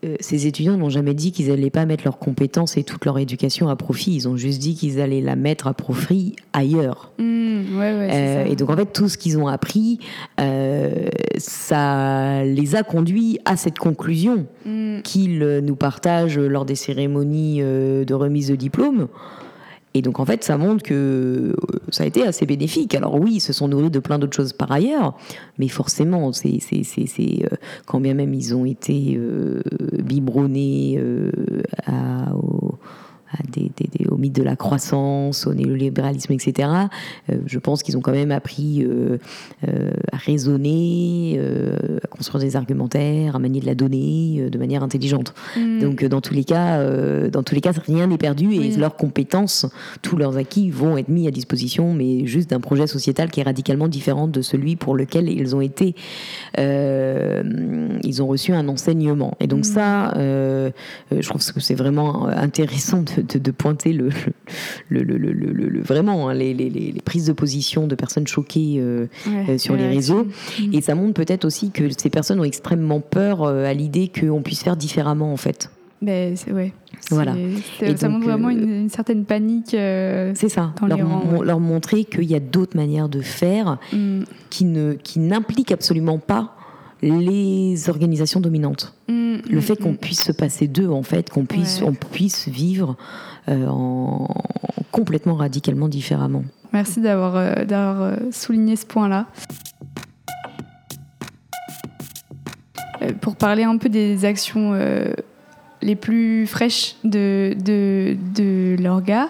euh, ces étudiants n'ont jamais dit qu'ils n'allaient pas mettre leurs compétences et toute leur éducation à profit. Ils ont juste dit qu'ils allaient la mettre à profit ailleurs. Mmh, ouais, ouais, c'est euh, ça. Et donc en fait, tout ce qu'ils ont appris, euh, ça les a conduits à cette conclusion mmh. qu'ils nous partagent lors des cérémonies de remise de diplôme. Et donc, en fait, ça montre que ça a été assez bénéfique. Alors oui, ils se sont nourris de plein d'autres choses par ailleurs, mais forcément, c'est, c'est, c'est, c'est, euh, quand bien même ils ont été euh, biberonnés euh, à, au, à des, des, des, au mythe de la croissance, au néolibéralisme, et cetera, euh, je pense qu'ils ont quand même appris euh, euh, à raisonner, euh, à construire des argumentaires, à manier de la donnée euh, de manière intelligente. Mmh. Donc, euh, dans tous les cas, euh, dans tous les cas, rien n'est perdu et oui. leurs compétences, tous leurs acquis vont être mis à disposition, mais juste d'un projet sociétal qui est radicalement différent de celui pour lequel ils ont été, euh, ils ont reçu un enseignement. Et donc mmh. ça, euh, je trouve que c'est vraiment intéressant de De, de pointer le, le, le, le, le, le vraiment hein, les, les, les prises de position de personnes choquées euh, ouais, euh, sur les réseaux. Mmh. Et ça montre peut-être aussi que ces personnes ont extrêmement peur euh, à l'idée qu'on puisse faire différemment, en fait. Ben, c'est, ouais. Voilà. C'est, c'est, ça donc, montre vraiment une, une certaine panique. Euh, c'est ça. Dans leur, les rangs, m- ouais. leur montrer qu'il y a d'autres manières de faire mmh. qui, ne, qui n'impliquent absolument pas les organisations dominantes. Mmh, le fait mmh, qu'on puisse se passer d'eux, en fait, qu'on puisse, ouais. on puisse vivre euh, en, complètement radicalement différemment. Merci d'avoir, euh, d'avoir souligné ce point-là. Euh, pour parler un peu des actions euh, les plus fraîches de, de, de l'orga,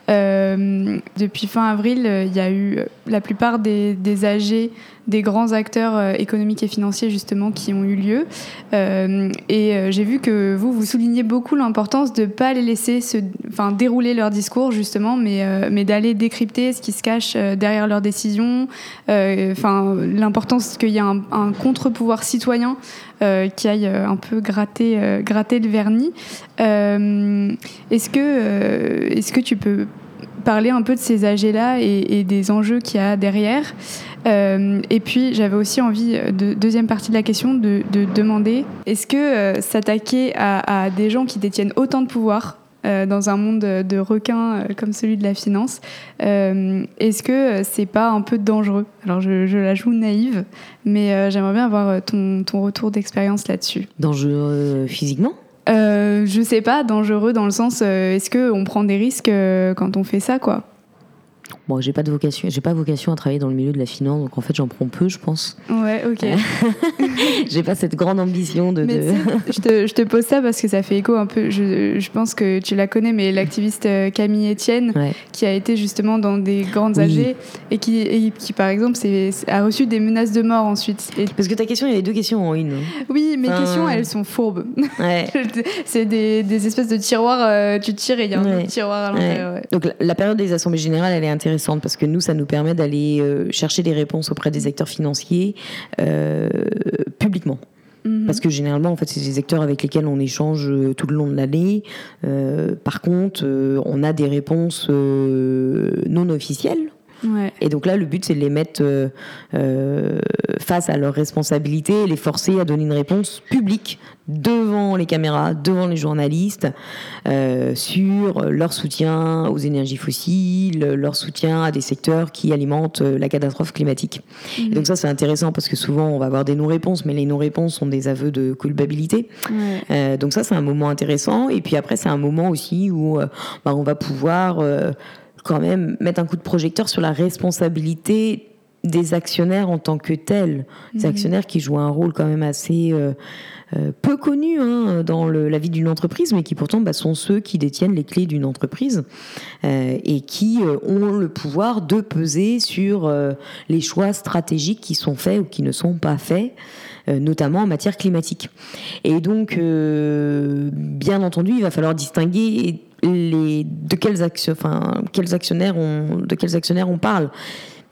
euh, depuis fin avril, il euh, y a eu la plupart des, des A G des grands acteurs euh, économiques et financiers justement qui ont eu lieu. Euh, et euh, j'ai vu que vous, vous soulignez beaucoup l'importance de ne pas les laisser se, enfin, dérouler leur discours justement, mais, euh, mais d'aller décrypter ce qui se cache euh, derrière leurs décisions. Euh, enfin, l'importance qu'il y ait un, un contre-pouvoir citoyen euh, qui aille euh, un peu gratter, euh, gratter le vernis. Euh, est-ce que, euh, est-ce que tu peux parler un peu de ces A G-là et, et des enjeux qu'il y a derrière. Euh, et puis, j'avais aussi envie, de deuxième partie de la question, de, de demander, est-ce que euh, s'attaquer à, à des gens qui détiennent autant de pouvoir euh, dans un monde de, de requins euh, comme celui de la finance, euh, est-ce que c'est pas un peu dangereux ? Alors, je, je la joue naïve, mais euh, j'aimerais bien avoir ton, ton retour d'expérience là-dessus. Dangereux euh, physiquement ? Euh, je sais pas, dangereux dans le sens, euh, est-ce qu'on prend des risques euh, quand on fait ça, quoi ? Bon, j'ai pas de vocation, j'ai pas vocation à travailler dans le milieu de la finance, donc en fait j'en prends peu, je pense. Ouais, ok. J'ai pas cette grande ambition de. Mais de... je te, je te pose ça parce que ça fait écho un peu. Je, je pense que tu la connais, mais l'activiste Camille Etienne, ouais. qui a été justement dans des grandes oui. A G et qui, et qui par exemple, c'est, a reçu des menaces de mort ensuite. Et... Parce que ta question, il y avait deux questions en une. Oui, mes enfin... questions, elles sont fourbes. Ouais. C'est des, des espèces de tiroirs. Euh, tu tires et il y a un ouais. autre tiroir à l'intérieur. Ouais. Ouais. Donc la, la période des assemblées générales, elle est intéressante parce que nous, ça nous permet d'aller euh, chercher des réponses auprès des acteurs financiers euh, publiquement. Mmh. Parce que généralement, en fait, c'est des acteurs avec lesquels on échange euh, tout le long de l'année. Euh, par contre, euh, on a des réponses euh, non officielles. Ouais. Et donc là, le but, c'est de les mettre euh, euh, face à leurs responsabilités et les forcer à donner une réponse publique devant les caméras, devant les journalistes, euh, sur leur soutien aux énergies fossiles, leur soutien à des secteurs qui alimentent la catastrophe climatique. Mmh. Et donc ça, c'est intéressant parce que souvent, on va avoir des non-réponses, mais les non-réponses sont des aveux de culpabilité. Ouais. Euh, donc ça, c'est un moment intéressant. Et puis après, c'est un moment aussi où euh, bah, on va pouvoir... Euh, quand même mettre un coup de projecteur sur la responsabilité des actionnaires en tant que tels. Mmh. Des actionnaires qui jouent un rôle quand même assez euh, euh, peu connu hein, dans le, la vie d'une entreprise, mais qui pourtant bah, sont ceux qui détiennent les clés d'une entreprise euh, et qui euh, ont le pouvoir de peser sur euh, les choix stratégiques qui sont faits ou qui ne sont pas faits, euh, notamment en matière climatique. Et donc, euh, bien entendu, il va falloir distinguer les, de quels, action, enfin, quels actionnaires on, de quels actionnaires on parle.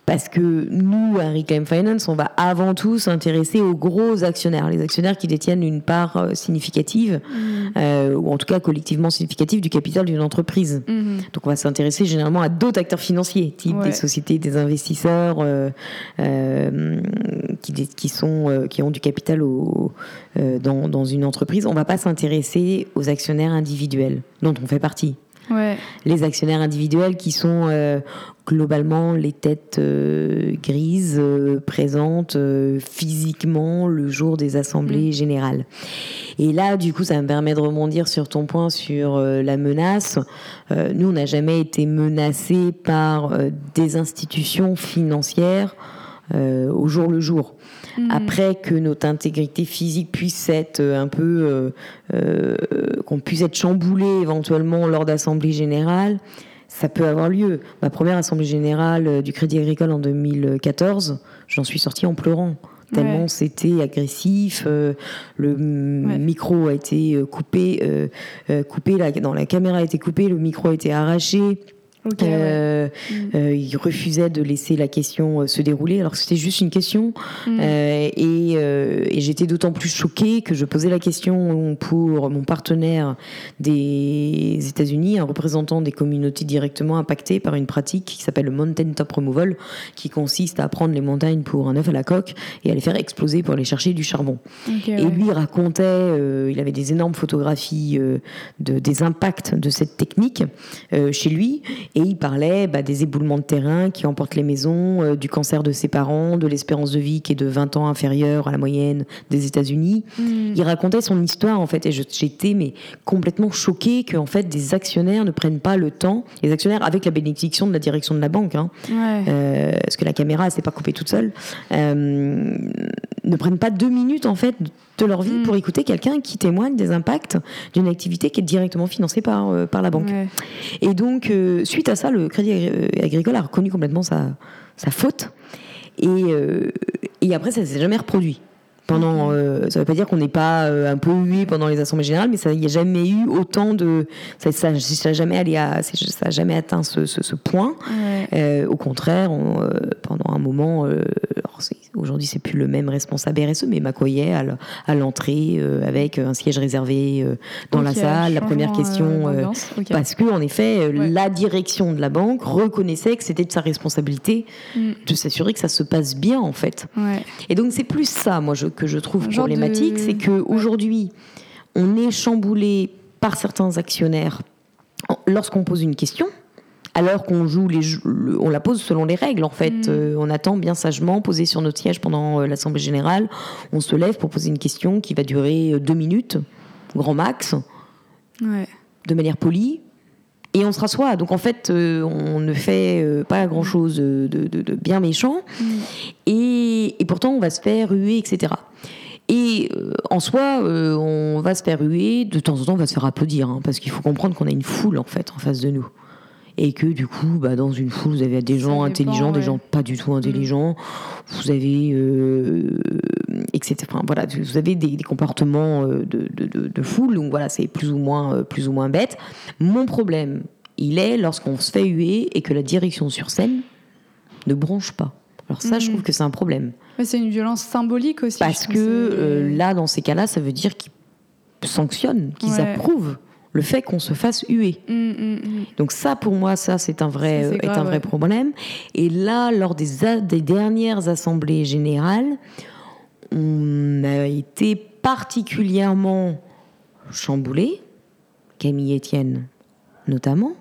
Parce que nous, à Reclaim Finance, on va avant tout s'intéresser aux gros actionnaires, les actionnaires qui détiennent une part euh, significative, mmh. euh, ou en tout cas collectivement significative du capital d'une entreprise. Mmh. Donc on va s'intéresser généralement à d'autres acteurs financiers, type ouais. des sociétés, des investisseurs euh, euh, qui, qui, sont, euh, qui ont du capital au, euh, dans, dans une entreprise. On ne va pas s'intéresser aux actionnaires individuels, dont on fait partie. Ouais. Les actionnaires individuels qui sont euh, globalement les têtes euh, grises euh, présentes euh, physiquement le jour des assemblées mmh. générales. Et là, du coup, ça me permet de rebondir sur ton point sur euh, la menace. Euh, nous, on n'a jamais été menacés par euh, des institutions financières euh, au jour le jour. Mmh. Après que notre intégrité physique puisse être un peu, euh, euh, qu'on puisse être chamboulé éventuellement lors d'assemblées générales, ça peut avoir lieu. Ma première assemblée générale du Crédit Agricole en deux mille quatorze, j'en suis sortie en pleurant. Tellement ouais. c'était agressif, euh, le ouais. micro a été coupé, euh, euh, coupé la, non, la caméra a été coupée, le micro a été arraché. Okay, euh, ouais. mmh. euh, il refusait de laisser la question euh, se dérouler alors que c'était juste une question mmh. euh, et, euh, et j'étais d'autant plus choquée que je posais la question pour mon partenaire des États-Unis, un représentant des communautés directement impactées par une pratique qui s'appelle le Mountain Top Removal, qui consiste à prendre les montagnes pour un œuf à la coque et à les faire exploser pour aller chercher du charbon. Okay, et ouais. lui racontait, euh, il avait des énormes photographies euh, de, des impacts de cette technique euh, chez lui. Et il parlait bah, des éboulements de terrain qui emportent les maisons, euh, du cancer de ses parents, de l'espérance de vie qui est de vingt ans inférieure à la moyenne des États-Unis. Mmh. Il racontait son histoire, en fait, et je, j'étais mais, complètement choquée que en fait, des actionnaires ne prennent pas le temps, les actionnaires avec la bénédiction de la direction de la banque, hein, ouais. euh, parce que la caméra, elle s'est pas coupée toute seule, euh, ne prennent pas deux minutes, en fait, de leur vie mmh. pour écouter quelqu'un qui témoigne des impacts d'une activité qui est directement financée par, euh, par la banque. Ouais. Et donc, euh, suite à ça, le Crédit Agricole a reconnu complètement sa, sa faute. Et, euh, et après, ça ne s'est jamais reproduit. Pendant, euh, ça ne veut pas dire qu'on n'est pas euh, un peu hué pendant les assemblées générales, mais il n'y a jamais eu autant de... Ça n'a ça, jamais allé à, ça jamais atteint ce, ce, ce point. Ouais. Euh, au contraire, on, euh, pendant un moment... Euh, alors c'est, aujourd'hui, c'est plus le même responsable R S E, mais m'accueillait à, à l'entrée euh, avec un siège réservé euh, dans okay, la salle. La première question... Euh, okay. Parce que, en effet, ouais. la direction de la banque reconnaissait que c'était de sa responsabilité mm. de s'assurer que ça se passe bien, en fait. Ouais. Et donc, c'est plus ça, moi, je que je trouve problématique, de... c'est qu'aujourd'hui, ouais. on est chamboulé par certains actionnaires lorsqu'on pose une question, alors qu'on joue les, on la pose selon les règles, en fait. Mmh. Euh, on attend bien sagement, posé sur notre siège pendant euh, l'Assemblée générale, on se lève pour poser une question qui va durer deux minutes, grand max, ouais. de manière polie, et on se rassoit. Donc en fait, euh, on ne fait euh, pas grand-chose de, de, de bien méchant, mmh. et, et pourtant on va se faire huer, et cetera. Et euh, en soi, euh, on va se faire huer, de temps en temps on va se faire applaudir, hein, parce qu'il faut comprendre qu'on a une foule en fait en face de nous. Et que du coup, bah, dans une foule, vous avez des gens dépend, intelligents, ouais. des gens pas du tout intelligents, mmh. vous avez... Euh, et cetera. Enfin, voilà, vous avez des, des comportements de, de, de, de foule, donc voilà, c'est plus ou moins, plus ou moins bête. Mon problème, il est lorsqu'on se fait huer et que la direction sur scène ne bronche pas. Alors ça, mmh. je trouve que c'est un problème. Mais c'est une violence symbolique aussi. Parce que euh, là, dans ces cas-là, ça veut dire qu'ils sanctionnent, qu'ils ouais. approuvent le fait qu'on se fasse huer. Mmh, mmh, mmh. Donc ça, pour moi, ça, c'est un vrai, ça, c'est grave, est un vrai ouais. problème. Et là, lors des, a- des dernières assemblées générales, on a été particulièrement chamboulés, Camille Etienne notamment,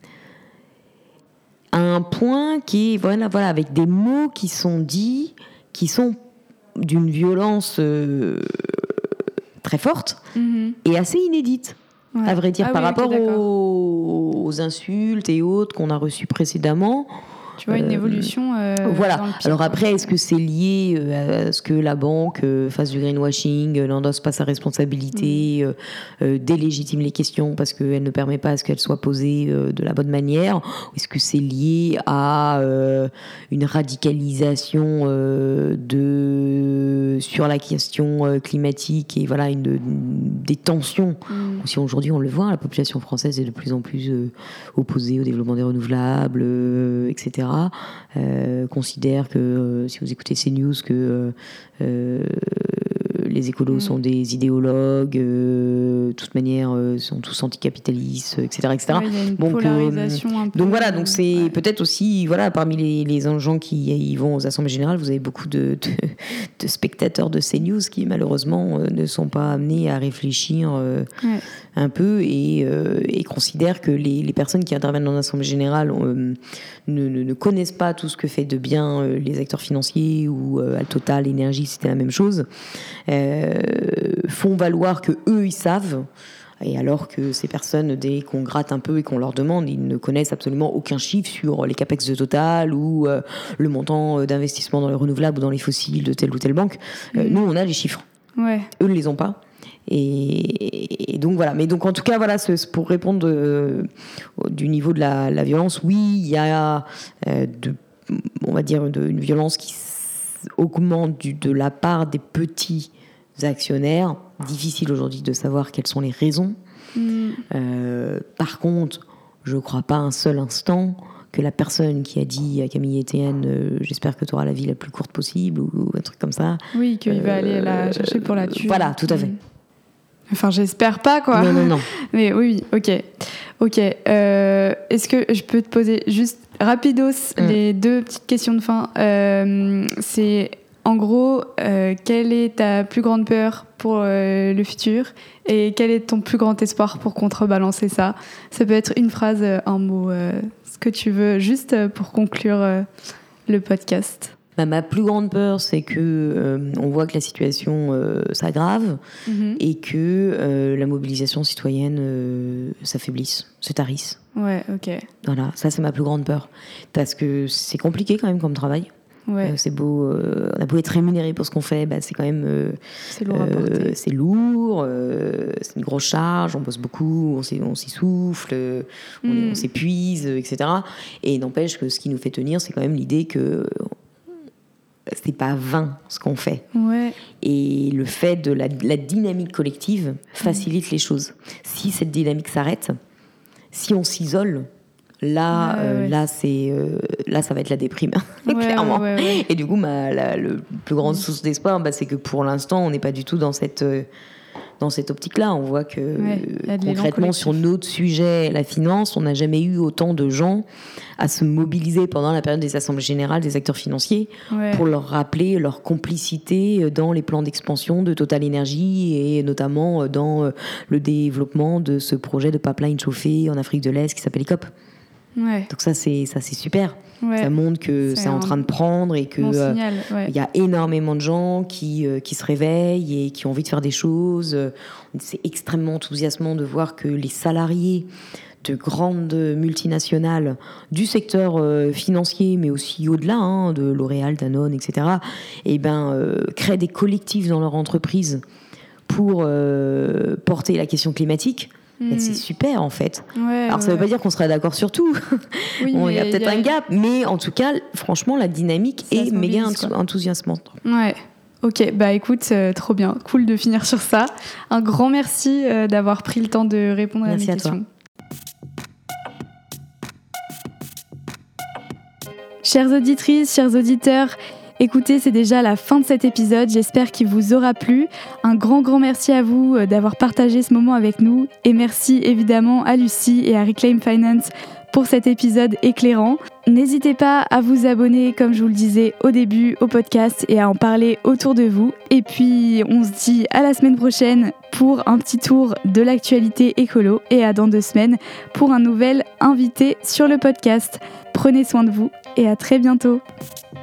à un point qui est, voilà, voilà, avec des mots qui sont dits, qui sont d'une violence euh, très forte mm-hmm. et assez inédite, ouais. à vrai dire, ah par oui, rapport okay, aux, aux insultes et autres qu'on a reçues précédemment. Tu vois, une euh, évolution. Euh, voilà. Dans le pire, alors après, quoi. Est-ce que c'est lié à ce que la banque euh, fasse du greenwashing, euh, n'endosse pas sa responsabilité, mmh. euh, euh, délégitime les questions parce qu'elle ne permet pas à ce qu'elles soient posées euh, de la bonne manière? Est-ce que c'est lié à euh, une radicalisation euh, de sur la question euh, climatique et voilà une, une des tensions? Mmh. Si aujourd'hui on le voit, la population française est de plus en plus euh, opposée au développement des renouvelables, euh, et cetera. cetera, euh, considèrent que, euh, si vous écoutez CNews, que euh, les écolos mmh. sont des idéologues, euh, de toute manière, euh, sont tous anticapitalistes, et cetera, et cetera. Ouais, il y a une donc, polarisation euh, un peu. Donc voilà, donc c'est ouais. peut-être aussi, voilà, parmi les, les gens qui y vont aux assemblées générales, vous avez beaucoup de, de, de spectateurs de CNews qui malheureusement euh, ne sont pas amenés à réfléchir euh, ouais. un peu et, euh, et considèrent que les, les personnes qui interviennent dans l'assemblée générale euh, ne, ne, ne connaissent pas tout ce que fait de bien euh, les acteurs financiers ou euh, Total, Énergie, c'était la même chose. Euh, font valoir que eux ils savent, et alors que ces personnes, dès qu'on gratte un peu et qu'on leur demande, ils ne connaissent absolument aucun chiffre sur les capex de Total ou euh, le montant d'investissement dans les renouvelables ou dans les fossiles de telle ou telle banque. mmh. euh, nous on a les chiffres, ouais. eux ne les ont pas. Et, et donc voilà, mais donc en tout cas voilà, c'est pour répondre euh, du niveau de la, la violence, oui il y a euh, de, on va dire de, une violence qui augmente du, de la part des petits actionnaires. Difficile aujourd'hui de savoir quelles sont les raisons. Mmh. Euh, par contre, je ne crois pas un seul instant que la personne qui a dit à Camille Etienne euh, j'espère que tu auras la vie la plus courte possible ou, ou un truc comme ça. Oui, qu'il euh, va aller la chercher pour la tuer. Voilà, tout à fait. Mmh. Enfin, j'espère pas, quoi. Non, non, non. Mais oui, oui, ok. Ok. Euh, est-ce que je peux te poser juste rapidos mmh. les deux petites questions de fin. Euh, c'est en gros, euh, quelle est ta plus grande peur pour euh, le futur et quel est ton plus grand espoir pour contrebalancer ça? Ça peut être une phrase, un mot, euh, ce que tu veux, juste pour conclure euh, le podcast. Bah, ma plus grande peur, c'est que euh, on voit que la situation euh, s'aggrave mmh. et que euh, la mobilisation citoyenne euh, s'affaiblisse, se tarisse. Ouais, ok. Voilà, ça c'est ma plus grande peur, parce que c'est compliqué quand même comme travail. Ouais. Euh, c'est beau, euh, on a beau être rémunéré pour ce qu'on fait, bah, c'est quand même euh, c'est lourd à porter. Euh, c'est lourd, euh, c'est une grosse charge, on bosse beaucoup, on, s'y, on s'essouffle, mm. on, on s'épuise, et cetera. Et n'empêche que ce qui nous fait tenir, c'est quand même l'idée que c'est pas vain ce qu'on fait. Ouais. Et le fait de la, la dynamique collective facilite mm. les choses. Si cette dynamique s'arrête, si on s'isole, là, ouais, euh, ouais. là, c'est, euh, là, ça va être la déprime, ouais, clairement. Ouais, ouais, ouais. Et du coup, ma, la, le plus grande source d'espoir, bah, c'est que pour l'instant, on n'est pas du tout dans cette, euh, dans cette optique-là. On voit que ouais, euh, concrètement, sur notre sujet, la finance, on n'a jamais eu autant de gens à se mobiliser pendant la période des assemblées générales des acteurs financiers ouais. pour leur rappeler leur complicité dans les plans d'expansion de Total Énergie et notamment dans le développement de ce projet de pipeline chauffé en Afrique de l'Est qui s'appelle I C O P. Ouais. Donc ça c'est, ça, c'est super. Ouais. Ça montre que c'est, c'est en train de prendre et qu'il bon euh, ouais. y a énormément de gens qui, euh, qui se réveillent et qui ont envie de faire des choses. C'est extrêmement enthousiasmant de voir que les salariés de grandes multinationales du secteur euh, financier, mais aussi au-delà, hein, de L'Oréal, Danone, et cetera, eh ben, euh, créent des collectifs dans leur entreprise pour euh, porter la question climatique. Ben, c'est super en fait. Ouais, Alors ça ne ouais. veut pas dire qu'on serait d'accord sur tout. Oui, bon, il y a peut-être y a... un gap, mais en tout cas, franchement, la dynamique ça est méga enthou- enthousiasmante. Ouais. Ok, bah écoute, euh, trop bien, cool de finir sur ça. Un grand merci euh, d'avoir pris le temps de répondre merci à mes à questions. Toi. Chères auditrices, chers auditeurs, écoutez, c'est déjà la fin de cet épisode, j'espère qu'il vous aura plu. Un grand grand merci à vous d'avoir partagé ce moment avec nous et merci évidemment à Lucie et à Reclaim Finance pour cet épisode éclairant. N'hésitez pas à vous abonner, comme je vous le disais au début, au podcast et à en parler autour de vous. Et puis on se dit à la semaine prochaine pour un petit tour de l'actualité écolo et à dans deux semaines pour un nouvel invité sur le podcast. Prenez soin de vous et à très bientôt.